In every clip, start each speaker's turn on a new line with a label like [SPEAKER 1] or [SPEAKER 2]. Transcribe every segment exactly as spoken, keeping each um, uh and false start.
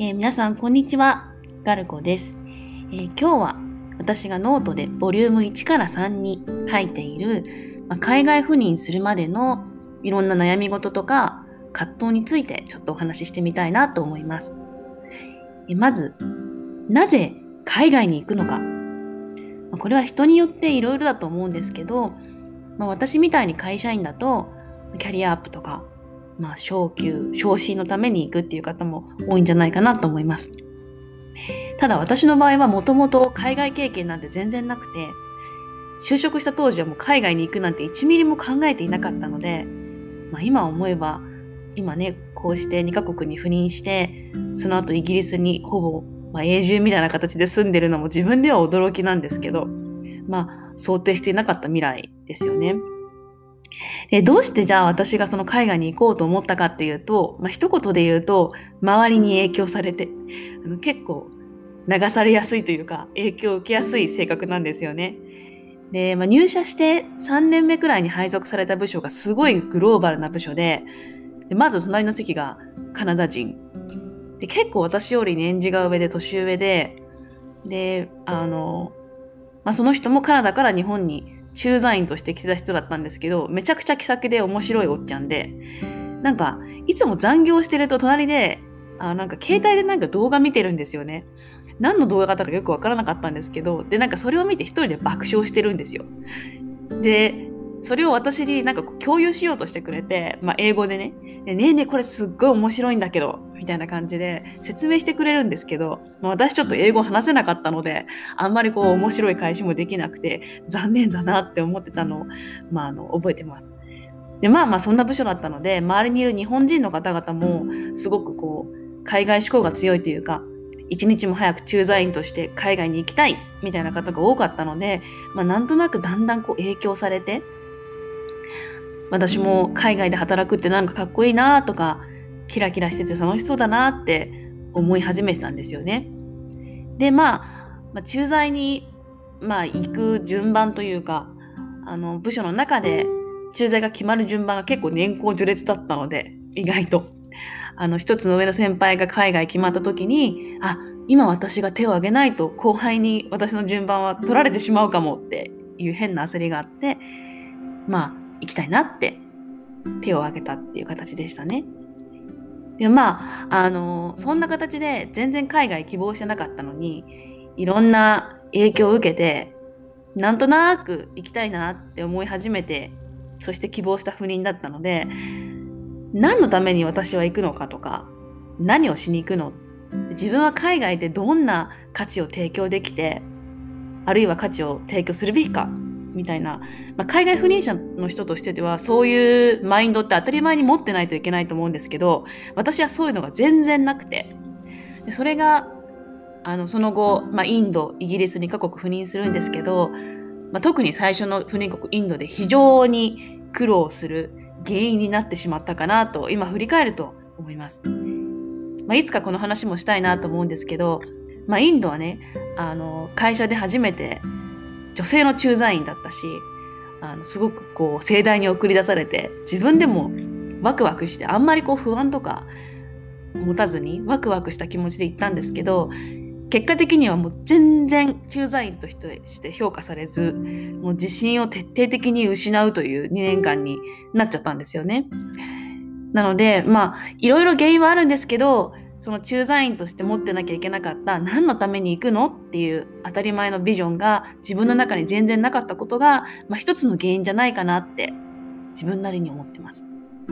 [SPEAKER 1] えー皆さんこんにちは、ガルコです。えー今日は私がノートでボリュームいちからさんに書いている、まあ海外赴任するまでのいろんな悩み事とか葛藤についてちょっとお話ししてみたいなと思います。えーまず、なぜ海外に行くのか。まあこれは人によっていろいろだと思うんですけど、まあ、私みたいに会社員だとキャリアアップとか、まあ、昇給、昇進のために行くっていう方も多いんじゃないかなと思います。ただ私の場合はもともと海外経験なんて全然なくて、就職した当時はもう海外に行くなんていちミリも考えていなかったので、まあ、今思えば今ねこうしてにカ国に赴任して、その後イギリスにほぼ、まあ、永住みたいな形で住んでるのも自分では驚きなんですけど、まあ想定していなかった未来ですよね。でどうしてじゃあ私がその海外に行こうと思ったかっていうと、まあ一言で言うと周りに影響されて、あの結構流されやすいというか影響を受けやすい性格なんですよね。で、まあ、入社してさんねんめくらいに配属された部署がすごいグローバルな部署で、でまず隣の席がカナダ人で、結構私より年次が上で年上で、であの、まあ、その人もカナダから日本に駐在員として来てた人だったんですけど、めちゃくちゃ気さくで面白いおっちゃんで、なんかいつも残業してると隣であなんか携帯でなんか動画見てるんですよね。何の動画だったかよくわからなかったんですけど、でなんかそれを見て一人で爆笑してるんですよ。でそれを私になんかこう共有しようとしてくれて、まあ、英語でねでねえねえこれすっごい面白いんだけどみたいな感じで説明してくれるんですけど、まあ、私ちょっと英語話せなかったのであんまりこう面白い返しもできなくて残念だなって思ってたのを、まあ、あの覚えてます。でまあまあそんな部署だったので、周りにいる日本人の方々もすごくこう海外志向が強いというか、一日も早く駐在員として海外に行きたいみたいな方が多かったので、まあ、なんとなくだんだんこう影響されて、私も海外で働くってなんかかっこいいなとか、キラキラしてて楽しそうだなって思い始めてたんですよね。でまあ、まあ、駐在に、まあ、行く順番というか、あの部署の中で駐在が決まる順番が結構年功序列だったので、意外とあの一つの上の先輩が海外決まった時に、あ今私が手を挙げないと後輩に私の順番は取られてしまうかもっていう変な焦りがあって、まあ行きたいなって手を挙げたっていう形でしたね。でまああのそんな形で全然海外希望してなかったのに、いろんな影響を受けてなんとなく行きたいなって思い始めて、そして希望した赴任だったので、何のために私は行くのかとか、何をしに行くの、自分は海外でどんな価値を提供できて、あるいは価値を提供するべきかみたいな、まあ、海外赴任者の人としてではそういうマインドって当たり前に持ってないといけないと思うんですけど、私はそういうのが全然なくて、でそれがあのその後、まあ、インド、イギリスにカ国赴任するんですけど、まあ、特に最初の赴任国インドで非常に苦労する原因になってしまったかなと今振り返ると思います。まあ、いつかこの話もしたいなと思うんですけど、まあ、インドはね、あの会社で初めて女性の駐在員だったし、あのすごくこう盛大に送り出されて、自分でもワクワクして、あんまりこう不安とか持たずにワクワクした気持ちで行ったんですけど、結果的にはもう全然駐在員として評価されず、もう自信を徹底的に失うというにねんかんになっちゃったんですよね。なのでまあいろいろ原因はあるんですけど、その駐在員として持ってなきゃいけなかった何のために行くのっていう当たり前のビジョンが自分の中に全然なかったことが、まあ、一つの原因じゃないかなって自分なりに思ってます。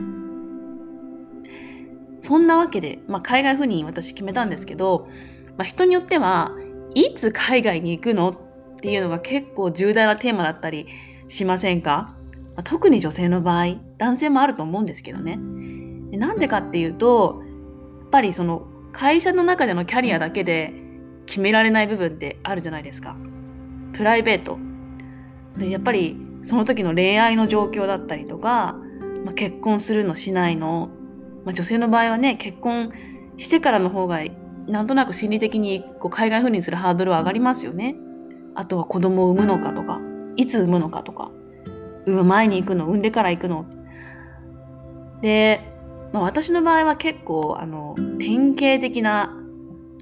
[SPEAKER 1] そんなわけで、まあ、海外赴任私決めたんですけど、まあ、人によってはいつ海外に行くのっていうのが結構重大なテーマだったりしませんか？まあ、特に女性の場合、男性もあると思うんですけどね。でなんでかっていうと、やっぱりその会社の中でのキャリアだけで決められない部分ってあるじゃないですか。プライベートでやっぱりその時の恋愛の状況だったりとか、まあ、結婚するのしないの、まあ、女性の場合はね、結婚してからの方がなんとなく心理的にこう海外赴任するハードルは上がりますよね。あとは子供を産むのかとか、いつ産むのかとか、産む前に行くの、産んでから行くので、まあ、私の場合は結構あの典型的な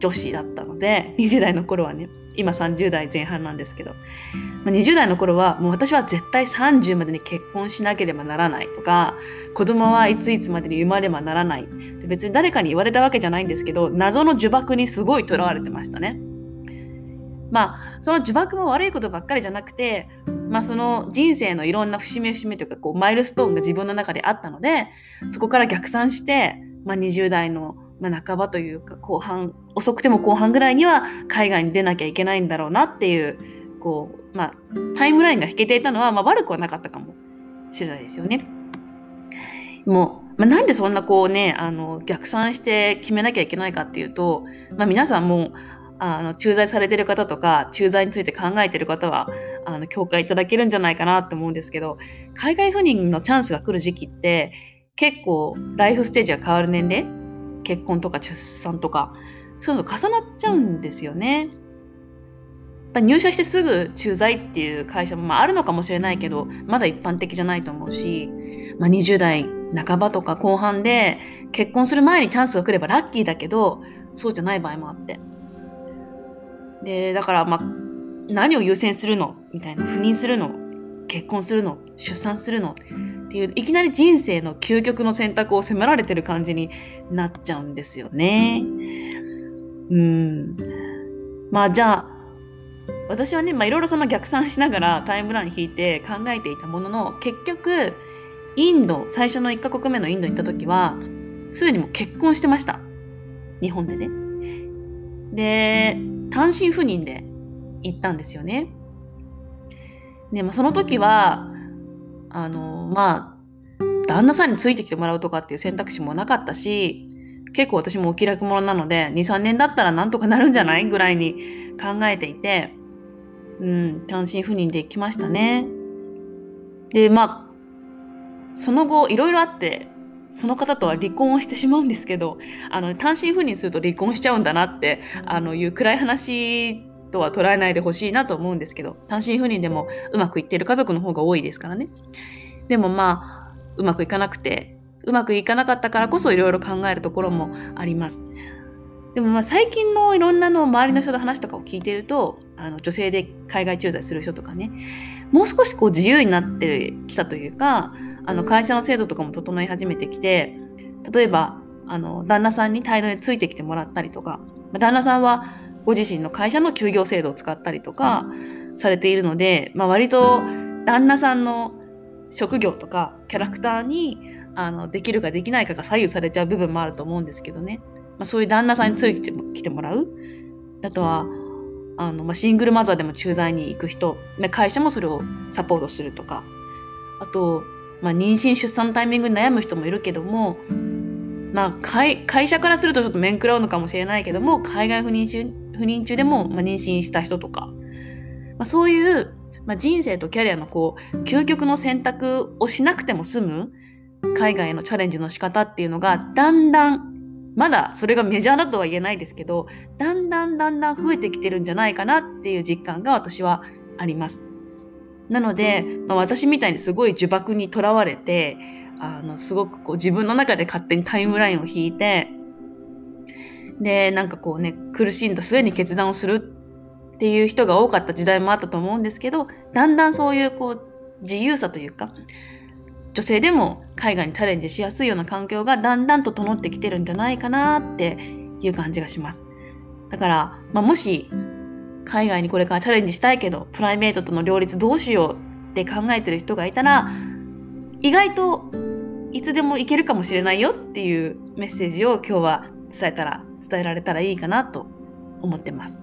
[SPEAKER 1] 女子だったので、にじゅう代の頃はね、今さんじゅう代前半なんですけど、まあ、にじゅう代の頃はもう私は絶対さんじゅうまでに結婚しなければならないとか、子供はいついつまでに生まればならない。別に誰かに言われたわけじゃないんですけど、謎の呪縛にすごいとらわれてましたね。まあその呪縛も悪いことばっかりじゃなくて、まあその人生のいろんな節目節目というかこうマイルストーンが自分の中であったので、そこから逆算して、まあ、にじゅう代のまあ半ばというか後半、遅くても後半ぐらいには海外に出なきゃいけないんだろうなっていうこう、まあ、タイムラインが引けていたのは、まあ、悪くはなかったかもしれないですよね。もう、まあ、なんでそんなこうねあの逆算して決めなきゃいけないかっていうと、まあ、皆さんもあの駐在されてる方とか駐在について考えてる方はあの共感いただけるんじゃないかなと思うんですけど、海外赴任のチャンスが来る時期って結構ライフステージが変わる年齢、結婚とか出産とかそういうの重なっちゃうんですよね。入社してすぐ駐在っていう会社もまああるのかもしれないけど、まだ一般的じゃないと思うし、まあ、にじゅう代半ばとか後半で結婚する前にチャンスが来ればラッキーだけど、そうじゃない場合もあって、でだからまあ何を優先するのみたいな、赴任するの、結婚するの、出産するのっていう、いきなり人生の究極の選択を迫られてる感じになっちゃうんですよね。うんまあじゃあ私はね、まあ、いろいろその逆算しながらタイムライン引いて考えていたものの、結局インド、最初のいっカ国目のインドに行った時はすでにもう結婚してました、日本でね。で単身赴任で行ったんですよね。で、まあ、その時はあのまあ旦那さんについてきてもらうとかっていう選択肢もなかったし、結構私もお気楽者なので にさんねんだったらなんとかなるんじゃないぐらいに考えていて、うん、単身赴任で行きましたね。でまあその後いろいろあってその方とは離婚をしてしまうんですけど、あの単身赴任すると離婚しちゃうんだなってあのいう暗い話とは捉えないでほしいなと思うんですけど、単身赴任でもうまくいってる家族の方が多いですからね。でもまあうまくいかなくて、うまくいかなかったからこそいろいろ考えるところもあります。でもまあ最近のいろんなの周りの人の話とかを聞いていると、あの女性で海外駐在する人とかね、もう少しこう自由になってきたというか、あの会社の制度とかも整い始めてきて、例えばあの旦那さんに態度についてきてもらったりとか、旦那さんはご自身の会社の休業制度を使ったりとかされているので、まあ、割と旦那さんの職業とかキャラクターにあのできるかできないかが左右されちゃう部分もあると思うんですけどね、まあ、そういう旦那さんについてきてもらう、あとはあの、まあ、シングルマザーでも駐在に行く人、会社もそれをサポートするとか、あと、まあ、妊娠出産のタイミングに悩む人もいるけども、まあ、会, 会社からするとちょっと面食らうのかもしれないけども、海外赴任中赴任中でも、まあ、妊娠した人とか、まあ、そういう、まあ、人生とキャリアのこう究極の選択をしなくても済む海外へのチャレンジの仕方っていうのがだんだん、まだそれがメジャーだとは言えないですけど、だんだんだんだん増えてきてるんじゃないかなっていう実感が私はあります。なので、まあ、私みたいにすごい呪縛にとらわれて、あのすごくこう自分の中で勝手にタイムラインを引いて、でなんかこうね苦しんだ末に決断をするっていう人が多かった時代もあったと思うんですけど、だんだんそういうこう自由さというか、女性でも海外にチャレンジしやすいような環境がだんだんと整ってきてるんじゃないかなっていう感じがします。だから、まあ、もし海外にこれからチャレンジしたいけどプライベートとの両立どうしようって考えてる人がいたら、意外といつでも行けるかもしれないよっていうメッセージを今日は伝えたら伝えられたらいいかなと思ってます。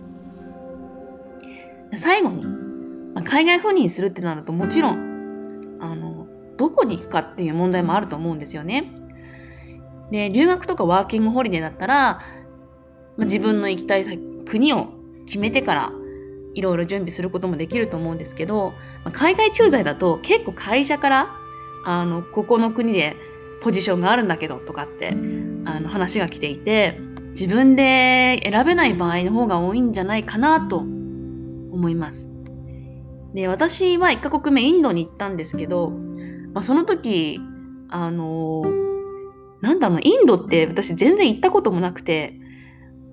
[SPEAKER 1] 最後に、まあ、海外赴任するってなるともちろんあのどこに行くかっていう問題もあると思うんですよね。で、留学とかワーキングホリデーだったら、まあ、自分の行きたい国を決めてからいろいろ準備することもできると思うんですけど、まあ、海外駐在だと結構会社からあのここの国でポジションがあるんだけどとかってあの話が来ていて、自分で選べない場合の方が多いんじゃないかなと思います。で、私はいっカ国目インドに行ったんですけど、まあ、その時あのなんだろう、インドって私全然行ったこともなくて、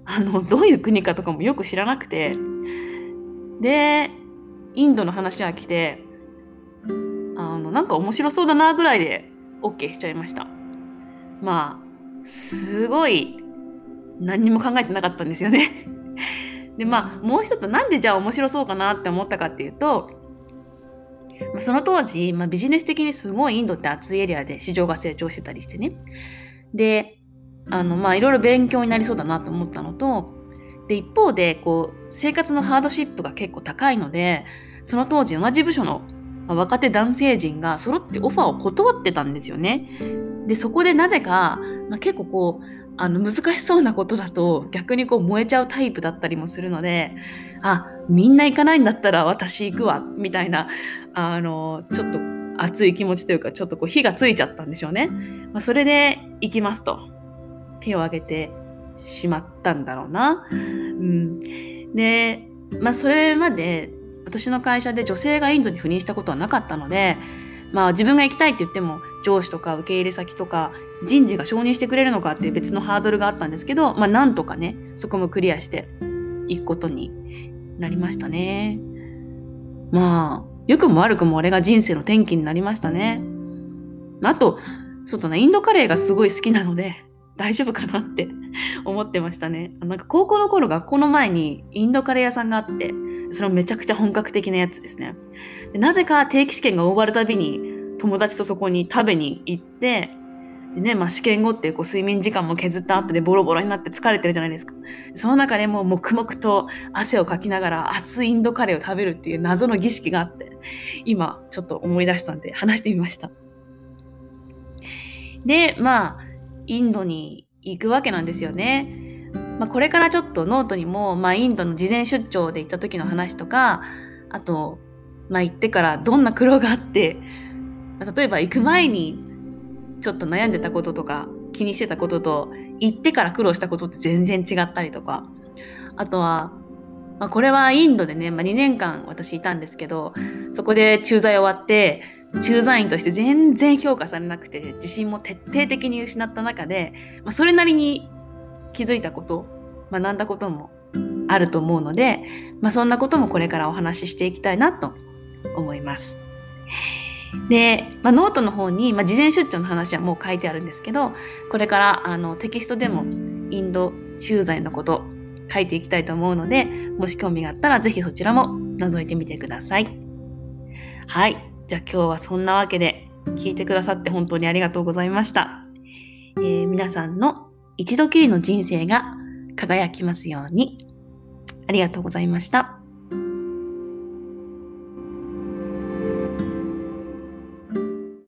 [SPEAKER 1] あのどういう国かとかもよく知らなくて、でインドの話が来て、あのなんか面白そうだなぐらいで OK しちゃいました。まあすごい何にも考えてなかったんですよね。でまあもう一つ、なんでじゃあ面白そうかなって思ったかっていうと、まあ、その当時、まあ、ビジネス的にすごいインドって熱いエリアで市場が成長してたりしてね。であのまあいろいろ勉強になりそうだなと思ったのと、で一方でこう生活のハードシップが結構高いので、その当時同じ部署の若手男性陣が揃ってオファーを断ってたんですよね。でそこでなぜか、まあ、結構こうあの難しそうなことだと逆にこう燃えちゃうタイプだったりもするので、あ、みんな行かないんだったら私行くわみたいな、あのちょっと熱い気持ちというか、ちょっとこう火がついちゃったんでしょうね。まあ、それで行きますと手を挙げてしまったんだろうな。うん、で、まあ、それまで私の会社で女性がインドに赴任したことはなかったので、まあ、自分が行きたいって言っても上司とか受け入れ先とか人事が承認してくれるのかっていう別のハードルがあったんですけど、まあ、なんとかねそこもクリアしていくことになりましたね。まあ良くも悪くもあれが人生の転機になりましたね。あとそうだな、インドカレーがすごい好きなので大丈夫かなって思ってましたね。なんか高校の頃学校の前にインドカレー屋さんがあって、それもめちゃくちゃ本格的なやつですね。でなぜか定期試験が終わるたびに友達とそこに食べに行って、でね、まあ、試験後ってこう睡眠時間も削った後でボロボロになって疲れてるじゃないですか。その中でもう黙々と汗をかきながら熱いインドカレーを食べるっていう謎の儀式があって、今ちょっと思い出したんで話してみました。でまあインドに行くわけなんですよね。まあ、これからちょっとノートにも、まあ、インドの事前出張で行った時の話とか、あと、まあ、行ってからどんな苦労があって、例えば行く前にちょっと悩んでたこととか気にしてたことと行ってから苦労したことって全然違ったりとか、あとは、まあ、これはインドでね、まあ、にねんかん私いたんですけど、そこで駐在終わって駐在員として全然評価されなくて自信も徹底的に失った中で、まあ、それなりに気づいたこと、学んだこともあると思うので、まあ、そんなこともこれからお話ししていきたいなと思います。で、まあ、ノートの方に、まあ、事前出張の話はもう書いてあるんですけど、これからあのテキストでもインド駐在のこと書いていきたいと思うので、もし興味があったらぜひそちらも覗いてみてください。はい、じゃあ今日はそんなわけで聞いてくださって本当にありがとうございました。えー、皆さんの一度きりの人生が輝きますように。ありがとうございました。